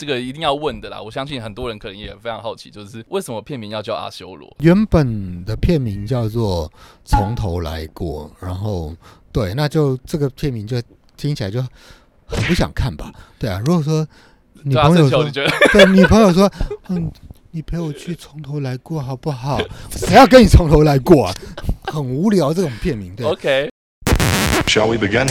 这个一定要问的啦，我相信很多人可能也非常好奇，就是为什么片名要叫阿修罗？ 原本的片名叫做从头来过，然后对，那就这个片名就听起来就很不想看吧？对啊，如果说你朋友说，对，你朋友说，你陪我去从头来过好不好？谁要跟你从头来过啊？很无聊这种片名，对。 OK。Shall we begin?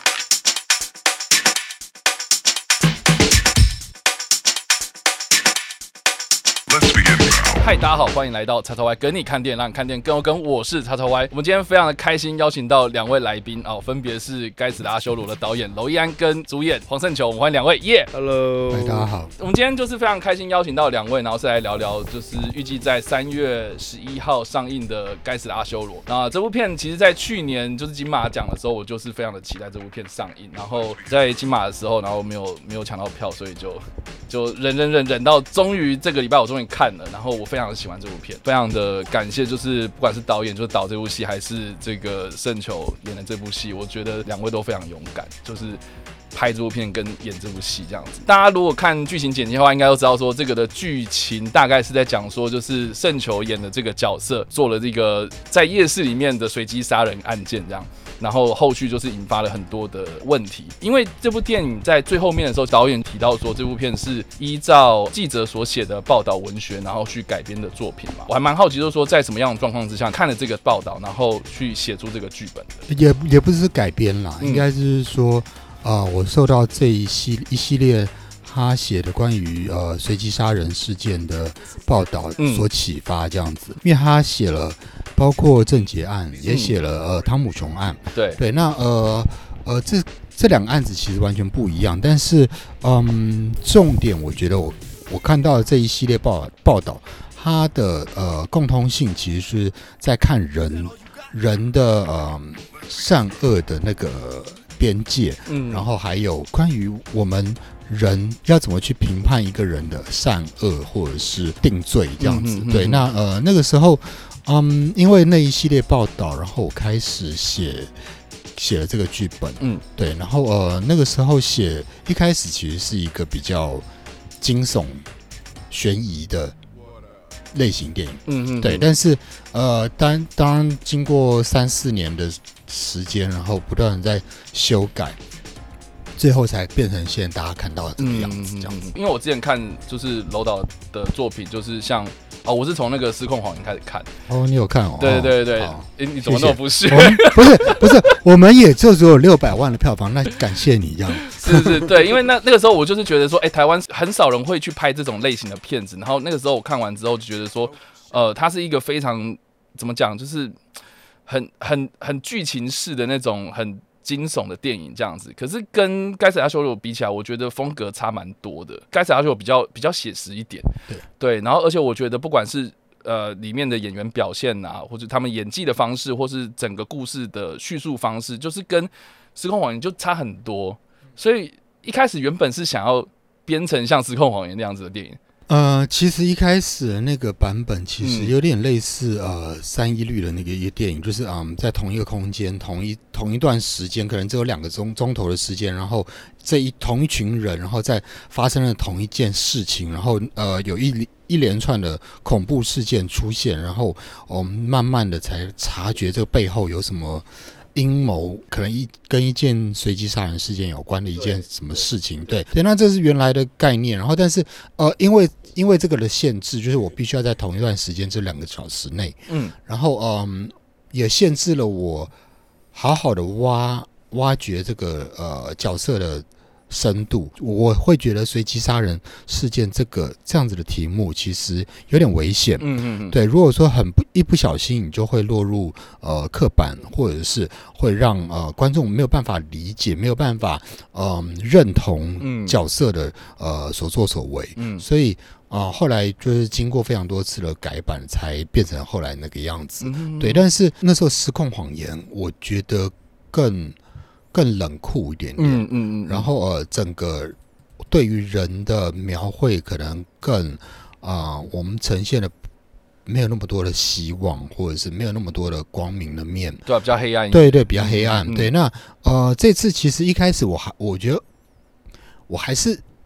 Let's begin. 嗨，大家好，欢迎来到叉叉 Y 跟你看电影，让你看电影更有梗。我是叉叉 Y， 我们今天非常的开心，邀请到两位来宾哦，分别是《该死的阿修罗》的导演娄艺安跟主演黄圣球，我们欢迎两位，耶、 Hello， 大家好。 我们今天就是非常开心邀请到两位，然后是来聊聊就是预计在3月11号上映的《该死的阿修罗》。那这部片其实在去年就是金马奖的时候，我就是非常的期待这部片上映，然后在金马的时候，然后没有抢到票，所以就忍到终于这个礼拜我终于看了，然后我非常的喜欢这部片，非常的感谢，就是不管是导演就是导这部戏，还是这个圣球演的这部戏，我觉得两位都非常勇敢，就是拍这部片跟演这部戏这样子。大家如果看剧情简介的话，应该都知道说这个的剧情大概是在讲说，就是圣球演的这个角色做了这个在夜市里面的随机杀人案件这样。然后后续就是引发了很多的问题，因为这部电影在最后面的时候，导演提到说这部片是依照记者所写的报道文学，然后去改编的作品嘛。我还蛮好奇，就是说在什么样的状况之下看了这个报道，然后去写出这个剧本的？也不是改编啦，应该是说，我受到这一系列他写的关于随机杀人事件的报道所启发，这样子，因为他写了包括郑捷案，也写了汤姆熊案，对，那这两个案子其实完全不一样，但是重点我觉得我看到的这一系列报道，它的共通性其实是在看人的善恶的那个边界，然后还有关于我们人要怎么去评判一个人的善恶或者是定罪这样子。对，那那个时候，因为那一系列报道，然后我开始写了这个剧本，对，然后那个时候一开始其实是一个比较惊悚悬疑的类型电影，对，但是当然经过3-4年的时间，然后不断的在修改，最后才变成现在大家看到的这个样子，这样子。 因为我之前看就是娄导的作品，就是像我是从那个《失控谎言》开始看。 哦，你有看哦？ 对对对，你怎么那么不是？ 不是，我们也就只有600万的票房，那感谢你这样。 是，对，因为那个时候我就是觉得说，台湾很少人会去拍这种类型的片子，然后那个时候我看完之后就觉得说，它是一个非常怎么讲，就是很剧情式的那种很惊悚的电影这样子，可是跟《该死的阿修罗》比起来，我觉得风格差蛮多的。《该死的阿修罗》比较写实一点，对，然后而且我觉得不管是里面的演员表现啊，或者他们演技的方式，或是整个故事的叙述方式，就是跟《失控谎言》就差很多。所以一开始原本是想要编成像《失控谎言》那样子的电影。 其实一开始的那个版本其实有点类似3:1律的那个一个电影，就是在同一个空间同一段时间，可能只有2个钟头的时间，然后同一群人，然后再发生了同一件事情，然后有一连串的恐怖事件出现，然后我们慢慢的才察觉这个背后有什么阴谋，可能跟一件随机杀人事件有关的一件什么事情，对，那这是原来的概念。然后但是因为这个的限制，就是我必须要在同一段时间这2个小时内，然后也限制了我好好的挖掘这个角色的深度。我会觉得随机杀人事件这样子的题目其实有点危险，对，如果说一不小心，你就会落入刻板，或者是会让观众没有办法理解，没有办法认同角色的所作所为，所以后来就是经过非常多次的改版，才变成后来那个样子，对。但是那时候《失控谎言》，我觉得更冷酷一点点，然后整个对于人的描绘可能更我们呈现的没有那么多的希望，或者是没有那么多的光明的面， 对，比较黑暗一点， 对，比较黑暗，对。那这次其实一开始我觉得我还是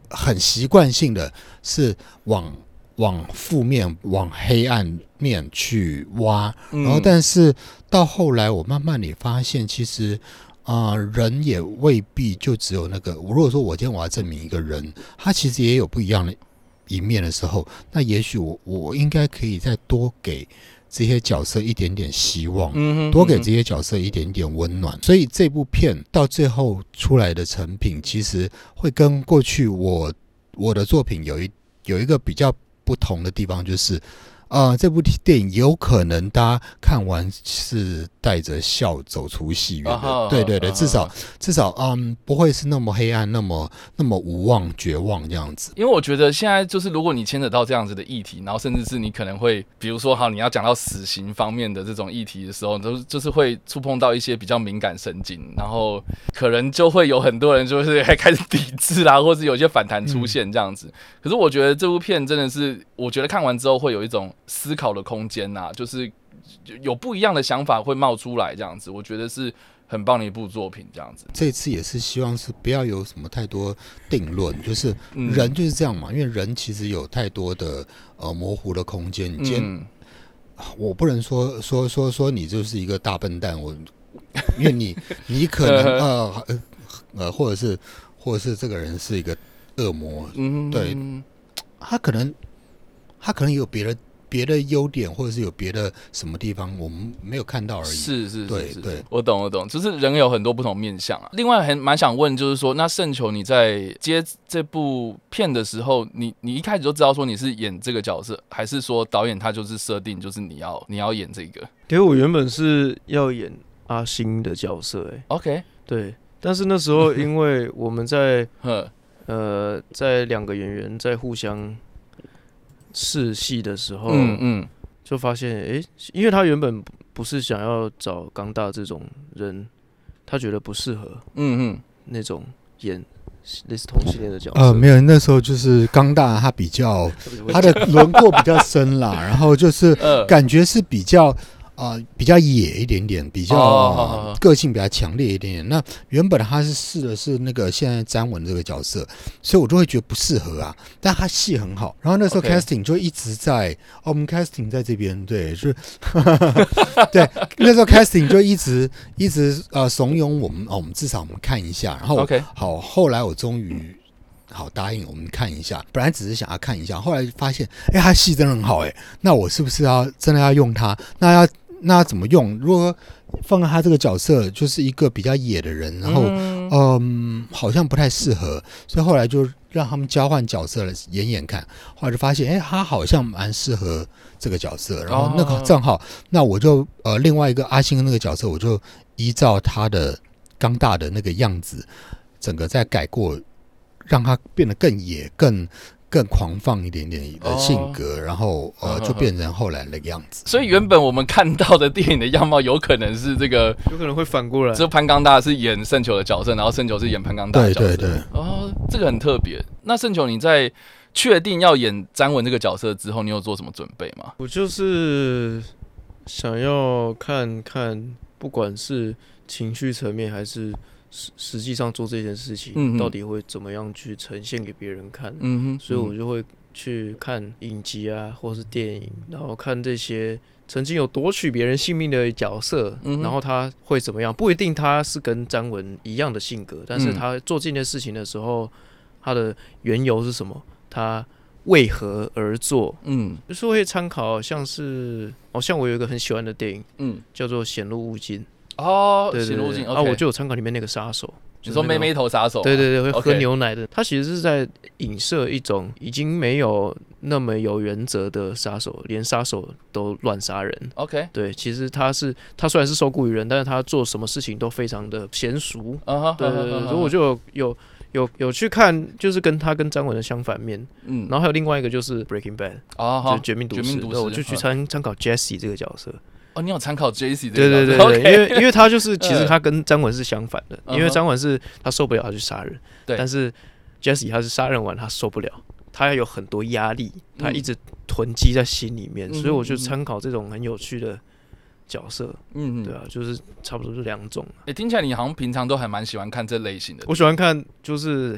很习惯性的是往负面、往黑暗面去挖，然后但是到后来，我慢慢也发现，其实人也未必就只有那个。如果说我今天我要证明一个人，他其实也有不一样的一面的时候，那也许我应该可以再多给这些角色一点点希望，多给这些角色一点点温暖。所以这部片到最后出来的成品，其实会跟过去我的作品有一个比较不同的地方，就是这部电影有可能大家看完是带着笑走出戏院的，对对对，至少不会是那么黑暗、那么无望、绝望这样子。 因为我觉得现在就是，如果你牵扯到这样子的议题，然后甚至是你可能会，比如说好，你要讲到死刑方面的这种议题的时候，就是会触碰到一些比较敏感神经，然后可能就会有很多人就是开始抵制啦，或是有一些反弹出现这样子。可是我觉得这部片真的是，我觉得看完之后会有一种思考的空间呐，就是有不一样的想法会冒出来，这样子，我觉得是很棒的一部作品，这样子。 这次也是希望是不要有什么太多定论，就是人就是这样嘛，因为人其实有太多的模糊的空间。你今天我不能说你就是一个大笨蛋，因为你可能或者是这个人是一个恶魔，对，他可能有别的优点，或者是有别的什么地方我们没有看到而已。 是， 对， 我懂，就是人有很多不同面向啊。另外还蛮想问，就是说，那圣球你在接这部片的时候，你一开始就知道说你是演这个角色，还是说导演他就是设定就是你要演这个？ 因为我原本是要演阿星的角色 ，OK， 对，但是那时候因为我们在在两个演员在互相试戏的时候，就发现因为他原本不是想要找刚大这种人，他觉得不适合，那种演类似同性恋的角色。 没有，那时候就是刚大他的轮廓比较深啦，然后就是感觉是比较野一点点，比较个性比较强烈一点点。那原本他是试的是那个现在詹文这个角色，所以我就会觉得不适合啊。但他戏很好，然后那时候 casting 就一直在，我们 casting 在这边，对，就是对，那时候 casting 就一直怂恿我们，我们至少我们看一下。然后好，后来我终于好答应我们看一下，本来只是想要看一下，后来发现他戏真的很好那我是不是真的要用他？那要怎么用？如果放在他这个角色就是一个比较野的人，然后好像不太适合，所以后来就让他们交换角色演看，后来就发现他好像蛮适合这个角色，然后那个正好，那我就另外一个阿星的那个角色，我就依照他的刚大的那个样子，整个再改过，让他变得更野、更狂放一点点的性格，然后就变成后来那个样子。 所以原本我们看到的电影的样貌，有可能是这个， 有可能会反过来。 这潘刚大是演圣球的角色，然后圣球是演潘刚大的角色。 对。 这个很特别。那圣球你在确定要演詹文这个角色之后，你有做什么准备吗？ 我就是想要看看，不管是情绪层面还是实际上做这件事情，到底会怎么样去呈现给别人看？所以我就会去看影集啊，或是电影，然后看这些曾经有夺取别人性命的角色，然后他会怎么样？不一定他是跟詹文一样的性格，但是他做这件事情的时候，他的缘由是什么？他为何而做？就是会参考，像我有一个很喜欢的电影，叫做《显露物镜》。 显露镜， 我就有参考里面那个杀手。 你说妹妹头杀手？ 对，会喝牛奶的。他其实是在影射一种已经没有那么有原则的杀手，连杀手都乱杀人。 OK， 对，其实他虽然是受雇于人，但是他做什么事情都非常的娴熟。对，所以我就有去看，就是跟詹文的相反面。然后还有另外一个就是 Breaking Bad，就是绝命毒师。我就去参考 Jesse 这个角色。 你有参考 Jesse 这个角色？对，因为他就是其实他跟詹文是相反的，因为詹文是他受不了他去杀人，但是 Jesse 他是杀人完他受不了，他有很多压力，他一直囤积在心里面，所以我就参考这种很有趣的角色。对啊，就是差不多是两种。 听起来你好像平常都还蛮喜欢看这类型的。 我喜欢看就是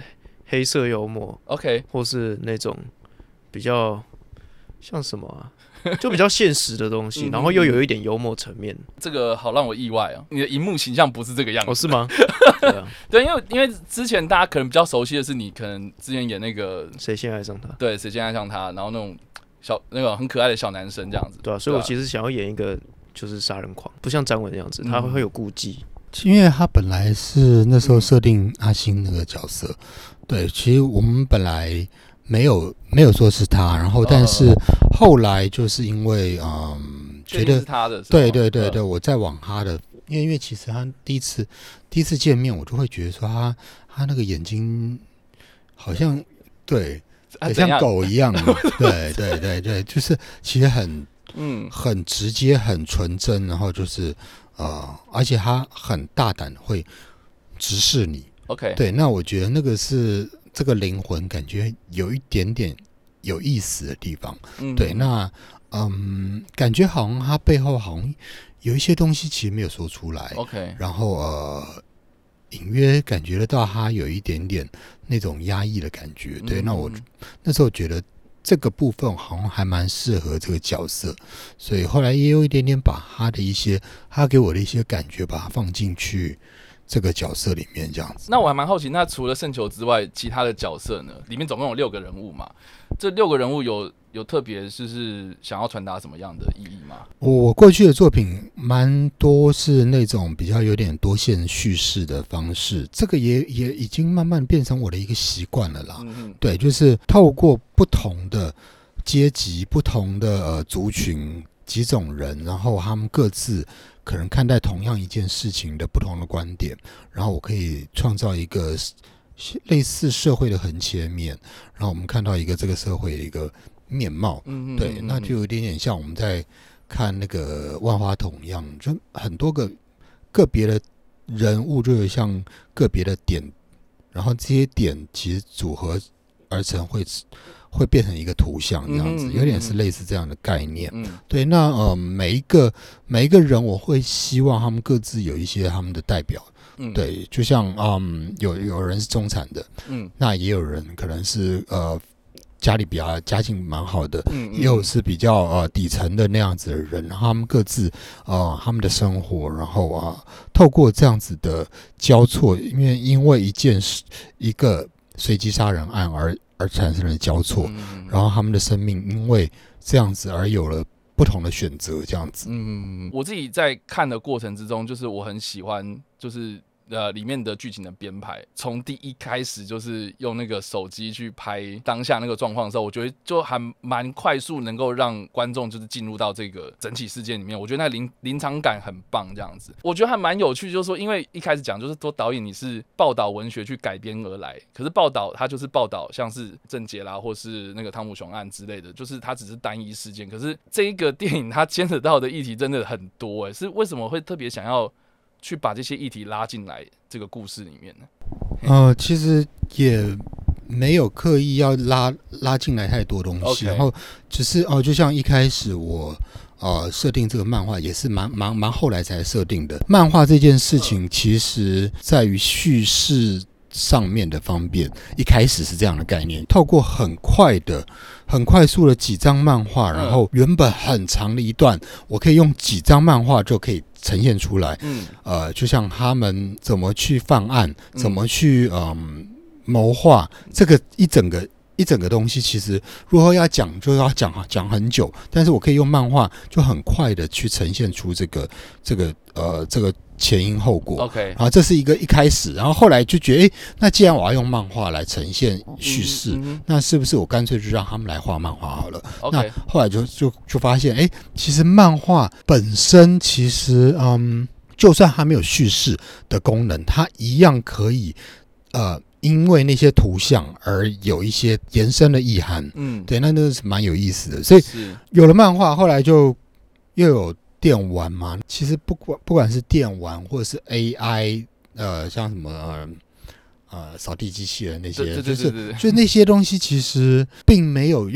黑色幽默 ，OK， 或是那种比较像什么啊，就比较现实的东西，然后又有一点幽默层面。 这个好让我意外哦，你的荧幕形象不是这个样子， 哦，是吗？对啊， 对，因为之前大家可能比较熟悉的是你可能之前演那个谁先爱上他？ 对，谁先爱上他，然后那个很可爱的小男生这样子。 对啊，所以我其实想要演一个就是杀人狂，不像张伟那样子，他会有顾忌。 因为他本来是那时候设定阿星那个角色，对，其实我们本来没有说是他，然后但是后来就是因为觉得是他的， 对，我在往他的，因为其实他第一次见面，我就会觉得说他那个眼睛好像对，像狗一样，对，就是其实很直接，很纯真，然后就是而且他很大胆，会直视你。 OK， 对，那我觉得那个是这个灵魂感觉有一点点有意思的地方。对，那感觉好像他背后好像有一些东西其实没有说出来。 OK， 然后隐约感觉得到他有一点点那种压抑的感觉。对，那我那时候觉得这个部分好像还蛮适合这个角色，所以后来也有一点点把他给我的一些感觉把它放进去这个角色里面这样子。 那我还蛮好奇，那除了圣球之外，其他的角色呢？里面总共有6个人物嘛？这6个人物有特别就是想要传达什么样的意义吗？ 我过去的作品蛮多是那种比较有点多线叙事的方式，这个也已经慢慢变成我的一个习惯了啦。对，就是透过不同的阶级、不同的族群几种人，然后他们各自可能看待同样一件事情的不同的观点，然后我可以创造一个类似社会的横切面，然后我们看到一个这个社会的一个面貌。对，那就有一点点像我们在看那个万花筒一样，就很多个个别的人物，就有像个别的点，然后这些点其实组合而成会变成一个图像这样子，有点是类似这样的概念。对，那每一个人，我会希望他们各自有一些他们的代表。对，就像有人是中产的，那也有人可能是家里比较家境蛮好的，也有是比较底层的那样子的人，然后他们各自他们的生活，然后透过这样子的交错，因为一个随机杀人案而产生了交错，然后他们的生命因为这样子而有了不同的选择，这样子。 我自己在看的过程之中，就是我很喜欢，就是里面的剧情的编排，从第一开始就是用那个手机去拍当下那个状况的时候，我觉得就还蛮快速能够让观众就是进入到这个整体事件里面。我觉得那临场感很棒，这样子，我觉得还蛮有趣。就是说，因为一开始讲就是说导演你是报道文学去改编而来，可是报道它就是报道像是郑捷啦，或是那个汤姆熊案之类的，就是它只是单一事件。可是这一个电影它牵扯到的议题真的很多，是为什么会特别想要去把这些议题拉进来这个故事里面呢？ 其实也没有刻意要拉进来太多东西， Okay. 然后只是就像一开始我设定这个漫画也是蛮后来才设定的。漫画这件事情其实在于叙事上面的方便，一开始是这样的概念，透过很快速的几张漫画，然后原本很长的一段，我可以用几张漫画就可以呈现出来。就像他们怎么去犯案，怎么去谋划，这个一整个东西，其实如果要讲就要讲很久，但是我可以用漫画就很快的去呈现出这个前因后果。 OK， 然后这是一开始，然后后来就觉得，那既然我要用漫画来呈现叙事，那是不是我干脆就让他们来画漫画好了？ OK， 那后来就发现，其实漫画本身其实就算它没有叙事的功能，它一样可以因为那些图像而有一些延伸的意涵。对，那是蛮有意思的。所以有了漫画，后来就又有电玩嘛。其实不管是电玩或者是 AI，像什么扫地机器人那些，就是那些东西，其实并没有要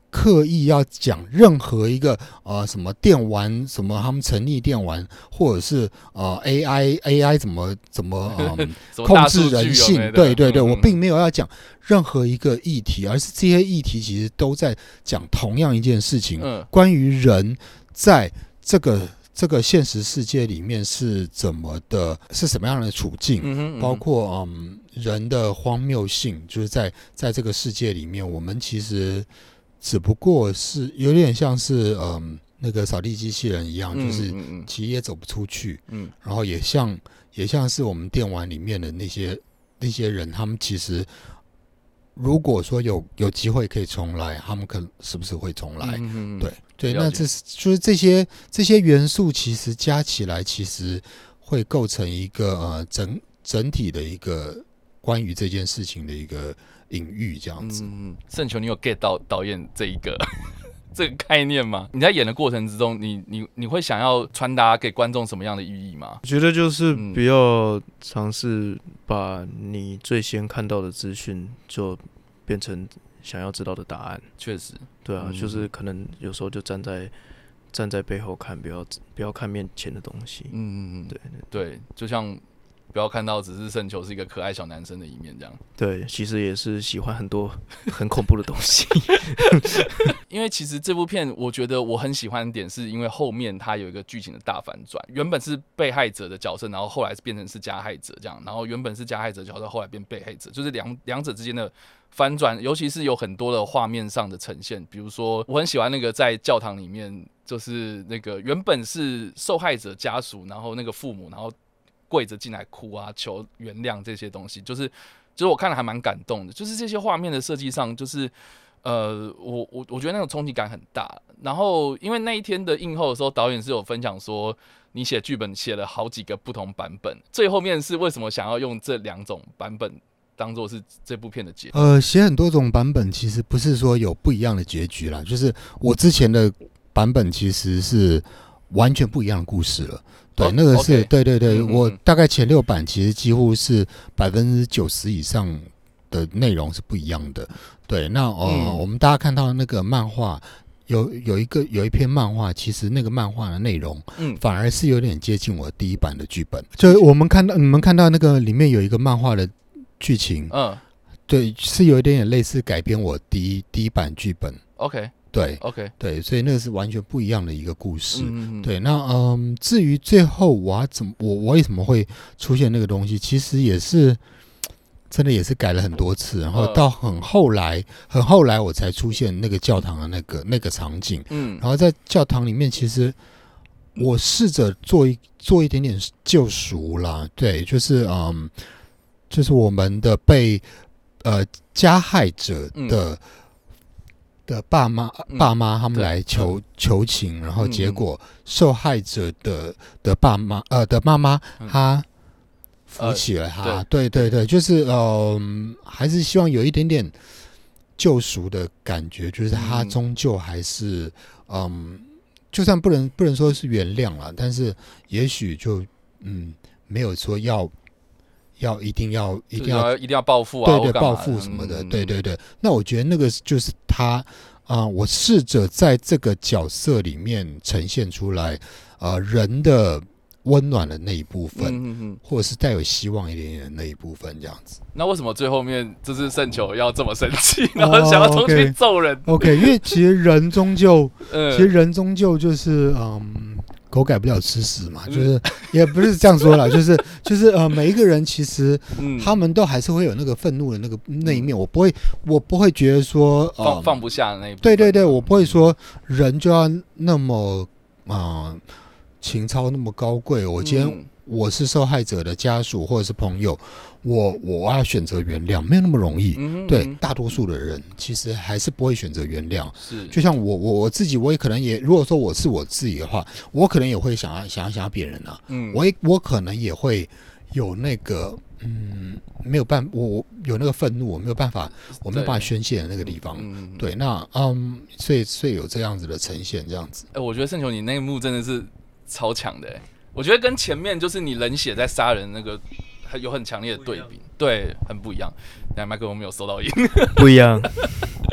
刻意要讲任何一个什么电玩什么他们沉溺电玩，或者是AI 怎么控制人性，对对对，我并没有要讲任何一个议题，而是这些议题其实都在讲同样一件事情，关于人在这个现实世界里面是什么样的处境，包括人的荒谬性，就是在这个世界里面，我们其实只不过是有点像是那个扫地机器人一样，就是其实也走不出去，然后也像是我们电玩里面的那些人，他们其实如果说有机会可以重来，他们是不是会重来？对，那就是这些元素，其实加起来，其实会构成一个整体的一个关于这件事情的一个隐喻，这样子。 圣球，你有 get 到导演这一个这个概念吗？你在演的过程之中，你会想要传达给观众什么样的寓意吗？ 我觉得就是不要尝试把你最先看到的资讯就变成想要知道的答案。 确实， 对啊，就是可能有时候就站在背后看，不要看面前的东西。 对，就像不要看到只是圣球是一个可爱小男生的一面这样。 对，其实也是喜欢很多很恐怖的东西。 因为其实这部片，我觉得我很喜欢的点，是因为后面它有一个剧情的大反转，原本是被害者的角色，然后后来变成是加害者这样，然后原本是加害者的角色，后来变被害者，就是两者之间的反转，尤其是有很多的画面上的呈现，比如说我很喜欢那个在教堂里面，就是那个原本是受害者家属，然后那个父母，然后跪着进来哭啊，求原谅这些东西，就是我看了还蛮感动的，就是这些画面的设计上，就是我觉得那种冲击感很大。然后因为那一天的映后的时候，导演是有分享说，你写剧本写了好几个不同版本，最后面是为什么想要用这2种版本当做是这部片的结局？ 写很多种版本，其实不是说有不一样的结局啦，就是我之前的版本其实是完全不一样的故事了。对，那个是对，我大概前6版其实几乎是90%以上的内容是不一样的。对，那我们大家看到那个漫画，有一篇漫画，其实那个漫画的内容，反而是有点接近我第1版的剧本。就是你们看到那个里面有一个漫画的剧情，对，是有一点点类似改编我第一版剧本。 OK。 对，所以那个是完全不一样的一个故事。对，那至于最后我为什么会出现那个东西，其实也是真的也是改了很多次，然后到很后来我才出现那个教堂的那个场景。然后在教堂里面，其实我试着做一点点救赎啦。对，就是我们的被加害者的爸妈他们来求情，然后结果受害者的爸妈的妈妈她扶起了他。对，就是还是希望有一点点救赎的感觉，就是他终究还是就算不能说是原谅了，但是也许就没有说要一定要报复啊， 对，报复什么的，对。那我觉得那个就是他我试着在这个角色里面呈现出来人的温暖的那一部分，或者是带有希望一点点的那一部分，这样子。 那为什么最后面就是圣球要这么生气，然后想要冲去揍人 ？OK， 因为其实人终究就是狗改不了吃屎嘛，就是也不是这样说啦，就是每一个人其实他们都还是会有那个愤怒的那一面，我不会觉得说放不下的那一部分。对，我不会说人就要那么情操那么高贵。我今天我是受害者的家属或者是朋友，我要选择原谅，没有那么容易。对，大多数的人其实还是不会选择原谅。 是， 就像我自己，我也可能也，如果说我是我自己的话，我可能也会想要别人啊。我可能也会有那个没有办法，我有那个愤怒，我没有办法宣泄的那个地方。对，那所以有这样子的呈现，这样子。 我觉得圣球你那一幕真的是超强的。我觉得跟前面就是你冷血在杀人那个有很强烈的对比，对，很不一样。但麦克风没有收到音， 不一样。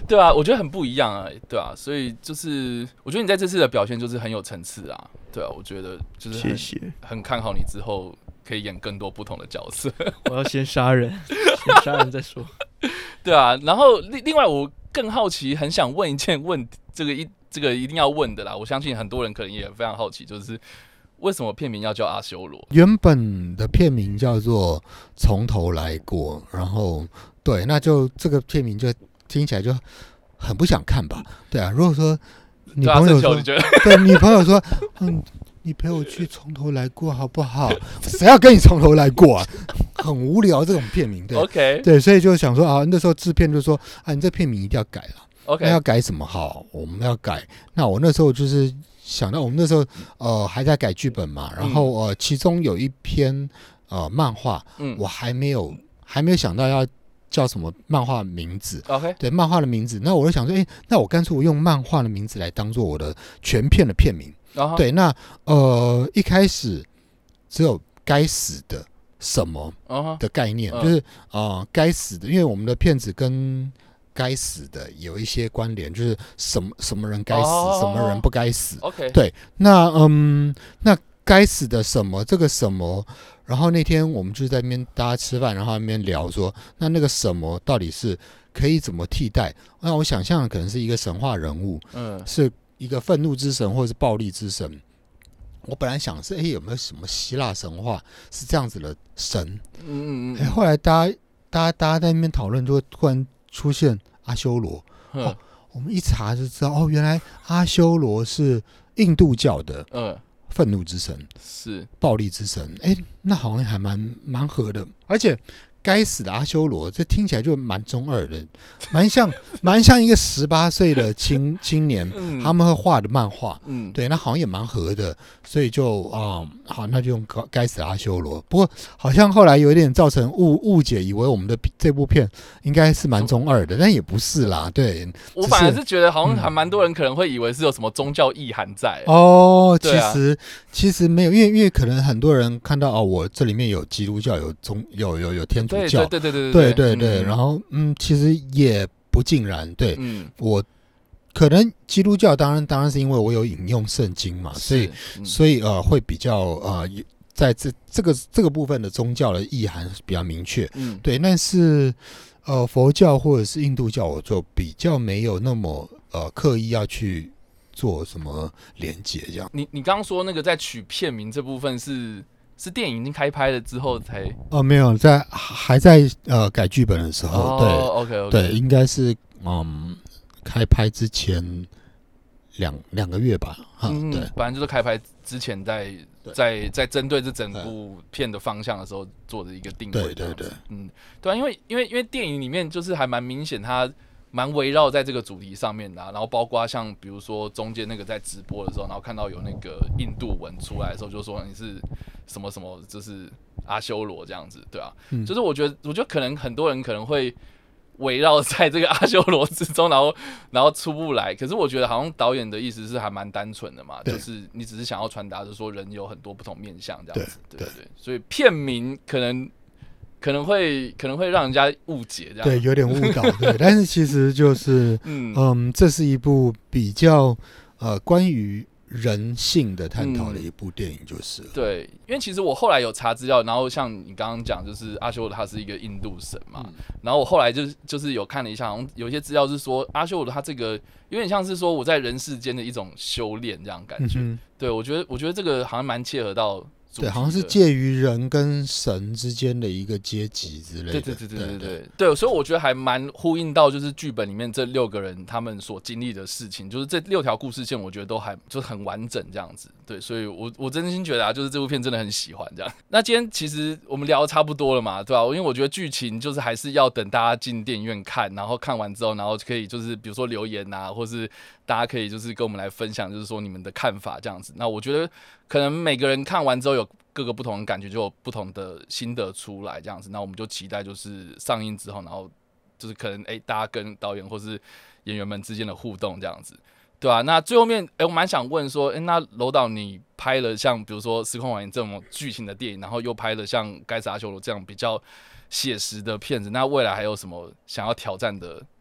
对啊，我觉得很不一样啊，对啊，所以就是我觉得你在这次的表现就是很有层次啊，对啊，我觉得就是谢谢， 很看好你之后可以演更多不同的角色。 我要先杀人，先杀人再说。 对啊，然后另外我更好奇，很想问一件问题，这个一定要问的啦，我相信很多人可能也非常好奇，就是为什么片名要叫阿修罗？ 原本的片名叫做从头来过，然后对，那就这个片名就听起来就很不想看吧？对啊，如果说女朋友说，对女朋友说，你陪我去从头来过好不好？谁要跟你从头来过啊？很无聊这种片名，对 ，OK， 对，所以就想说啊，那时候制片就说啊，你这片名一定要改了。 OK， 那要改什么？好，我们要改。那我那时候就是想到，我们那时候还在改剧本嘛，然后其中有一篇漫画，我还没有想到要叫什么漫画名字。 OK， 对，漫画的名字。那我就想说，那我干脆我用漫画的名字来当做我的全片的片名。对，那一开始只有该死的什么的概念，就是该死的，因为我们的片子跟该死的有一些关联，就是什么人该死，什么人不该死。 OK， 对，那该死的什么这个什么，然后那天我们就在那边大家吃饭，然后那边聊说，那个什么到底是可以怎么替代？那我想象可能是一个神话人物，是一个愤怒之神或者是暴力之神。我本来想是有没有什么希腊神话是这样子的神？后来大家在那边讨论，就会突然出现阿修罗。我们一查就知道，原来阿修罗是印度教的愤怒之神， 是暴力之神。那好像还蛮合的，而且该死的阿修罗，这听起来就蛮中二的，蛮像一个18岁的青年，他们会画的漫画，对，那好像也蛮合的，所以就好，那就用该死的阿修罗。不过好像后来有一点造成误解，以为我们的这部片应该是蛮中二的，但也不是啦。对， 我反而是觉得好像还蛮多人可能会以为是有什么宗教意涵在。 其实没有，因为可能很多人看到我这里面有基督教，有天主教，对，然后其实也不尽然，对，我可能基督教当然是因为我有引用圣经嘛，所以会比较在这个部分的宗教的意涵比较明确，对，但是佛教或者是印度教，我就比较没有那么刻意要去做什么连结这样。 你刚刚说那个在取片名这部分是电影已经开拍了之后才没有还在改剧本的时候，对 ，OK， 对，应该是开拍之前两个月吧，对， 反正就是开拍之前在针对这整部片的方向的时候做的一个定位，对，对啊，因为电影里面就是还蛮明显它蛮围绕在这个主题上面的，然后包括像比如说中间那个在直播的时候，然后看到有那个印度文出来的时候，就说你是什么什么，就是阿修罗这样子，对啊，就是我觉得可能很多人可能会围绕在这个阿修罗之中，然后出不来。可是我觉得好像导演的意思是还蛮单纯的嘛，就是你只是想要传达着说人有很多不同面向这样子，对，所以片名可能会让人家误解这样， 对，有点误导，对，但是其实就是这是一部比较关于人性的探讨的一部电影，就是对，因为其实我后来有查资料，然后像你刚刚讲，就是阿修罗他是一个印度神嘛，然后我后来就是有看了一下，好像有一些资料是说阿修罗他这个有点像是说我在人世间的一种修炼这样感觉，对，我觉得这个好像蛮切合到。 对，好像是介于人跟神之间的一个阶级之类的。 对，所以我觉得还蛮呼应到就是剧本里面这6个人他们所经历的事情，就是这6条故事线，我觉得都还就是很完整这样子。对，所以我真心觉得就是这部片真的很喜欢这样。那今天其实我们聊得差不多了嘛，对吧？因为我觉得剧情就是还是要等大家进电影院看，然后看完之后，然后可以就是比如说留言啊，或是大家可以就是跟我们来分享，就是说你们的看法这样子。那我觉得可能每个人看完之后有各个不同的感觉，就有不同的心得出来这样子。那我们就期待就是上映之后，然后就是可能大家跟导演或是演员们之间的互动这样子，对啊，那最后面我蛮想问说，那楼导你拍了像比如说《时空谎言》这种剧情的电影，然后又拍了像《该死阿修罗》这样比较写实的片子，那未来还有什么想要挑战的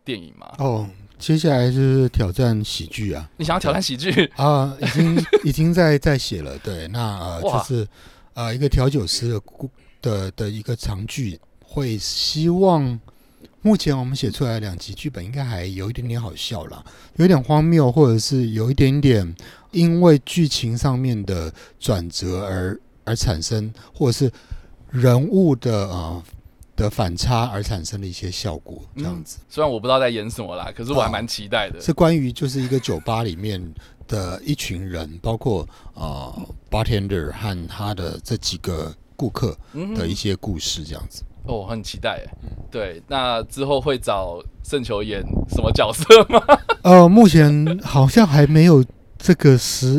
电影吗？ 接下来就是挑战喜剧啊！ 你想要挑战喜剧啊？已经在写了。对，那就是一个调酒师的一个长剧，会希望目前我们写出来2集剧本应该还有一点点好笑啦，有一点荒谬，或者是有一点点因为剧情上面的转折而产生，或者是人物的反差而产生的一些效果，这样子。 虽然我不知道在演什么啦，可是我还蛮期待的。 是关于就是一个酒吧里面的一群人，包括bartender 和他的这几个顾客的一些故事，这样子。 很期待耶。对，那之后会找胜球演什么角色吗？ 目前好像还没有这个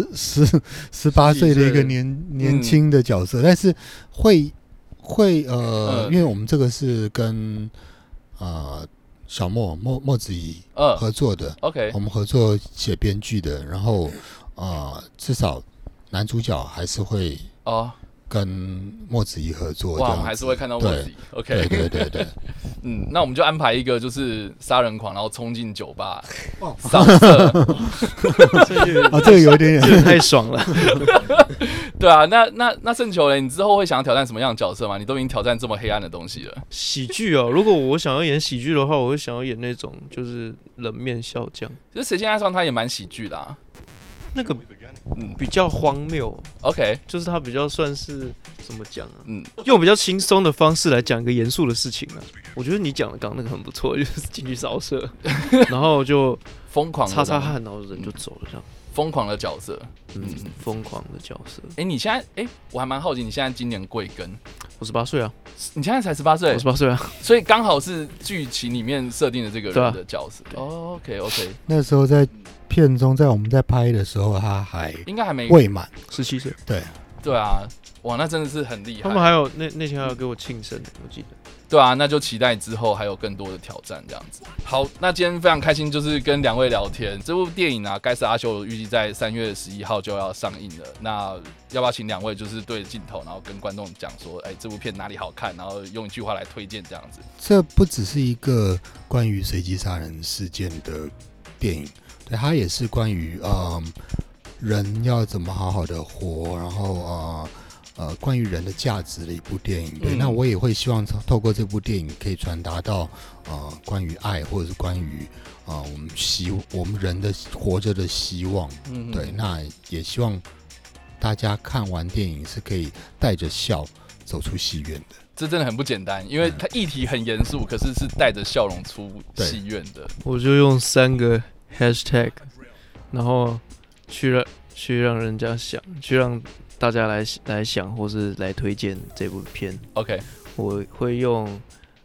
18岁的一个年轻的角色，但是会因为我们这个是跟小莫子仪合作的 ，OK， 我们合作写编剧的，然后至少男主角还是会跟莫子仪合作， 哇，我们还是会看到莫子仪 ，OK， 对， 那我们就安排一个就是杀人狂，然后冲进酒吧扫射， 这个有一点点太爽了。 对啊，那胜球嘞，你之后会想要挑战什么样的角色吗？你都已经挑战这么黑暗的东西了。 喜剧如果我想要演喜剧的话，我会想要演那种就是冷面笑匠。 其实《谁先爱上他》也蛮喜剧的啊。 那个比较荒谬 ，OK， 就是他比较算是怎么讲啊？用比较轻松的方式来讲一个严肃的事情啊。我觉得你讲的刚刚那个很不错，就是进去扫射，然后就疯狂擦擦汗，然后人就走了这样。 疯狂的角色， 疯狂的角色。 你现在我还蛮好奇，你现在今年贵庚？ 我18岁啊。 你现在才18岁？ 我18岁啊。 所以刚好是剧情里面设定的这个人的角色。OK， 那时候在片中，在我们在拍的时候，他应该还没未满 17岁。 对啊，哇，那真的是很厉害。 他们还有那天还要给我庆生，我记得。 对啊，那就期待之后还有更多的挑战这样子。好，那今天非常开心，就是跟2位聊天。这部电影啊，《该死的阿修罗》预计在3月11号就要上映了。那要不要请2位就是对着镜头，然后跟观众讲说，这部片哪里好看，然后用一句话来推荐这样子？ 这不只是一个关于随机杀人事件的电影，对，它也是关于人要怎么好好的活，然后关于人的价值的一部电影。对，那我也会希望透过这部电影可以传达到关于爱，或者是关于我们人的活着的希望。对，那也希望大家看完电影是可以带着笑走出戏院的。 这真的很不简单，因为它议题很严肃，可是是带着笑容出戏院的。 我就用3个 hashtag， 然后去让人家想，去让大家来想，或是来推荐这部片。 OK， 我会用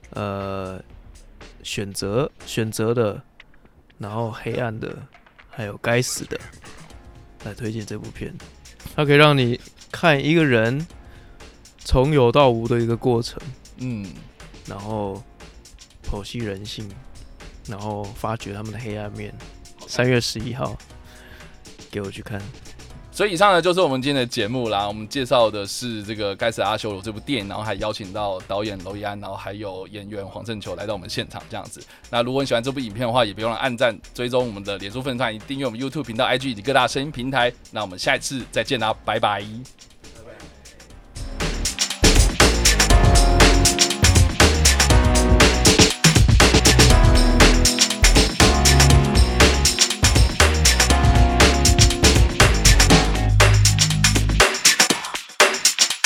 选择的，然后黑暗的，还有该死的来推荐这部片。它可以让你看一个人从有到无的一个过程，然后剖析人性，然后发掘他们的黑暗面。3月11号，给我去看。 所以以上呢就是我们今天的节目啦。我们介绍的是这个《该死的阿修罗》这部电影，然后还邀请到导演娄艺安，然后还有演员黄胜球来到我们现场这样子。那如果你喜欢这部影片的话，也别忘了按赞、追踪我们的脸书粉丝团，订阅我们 YouTube 频道、IG 以及各大声音平台。那我们下一次再见啦，拜拜。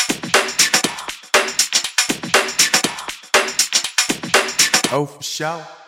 Oh, for sure.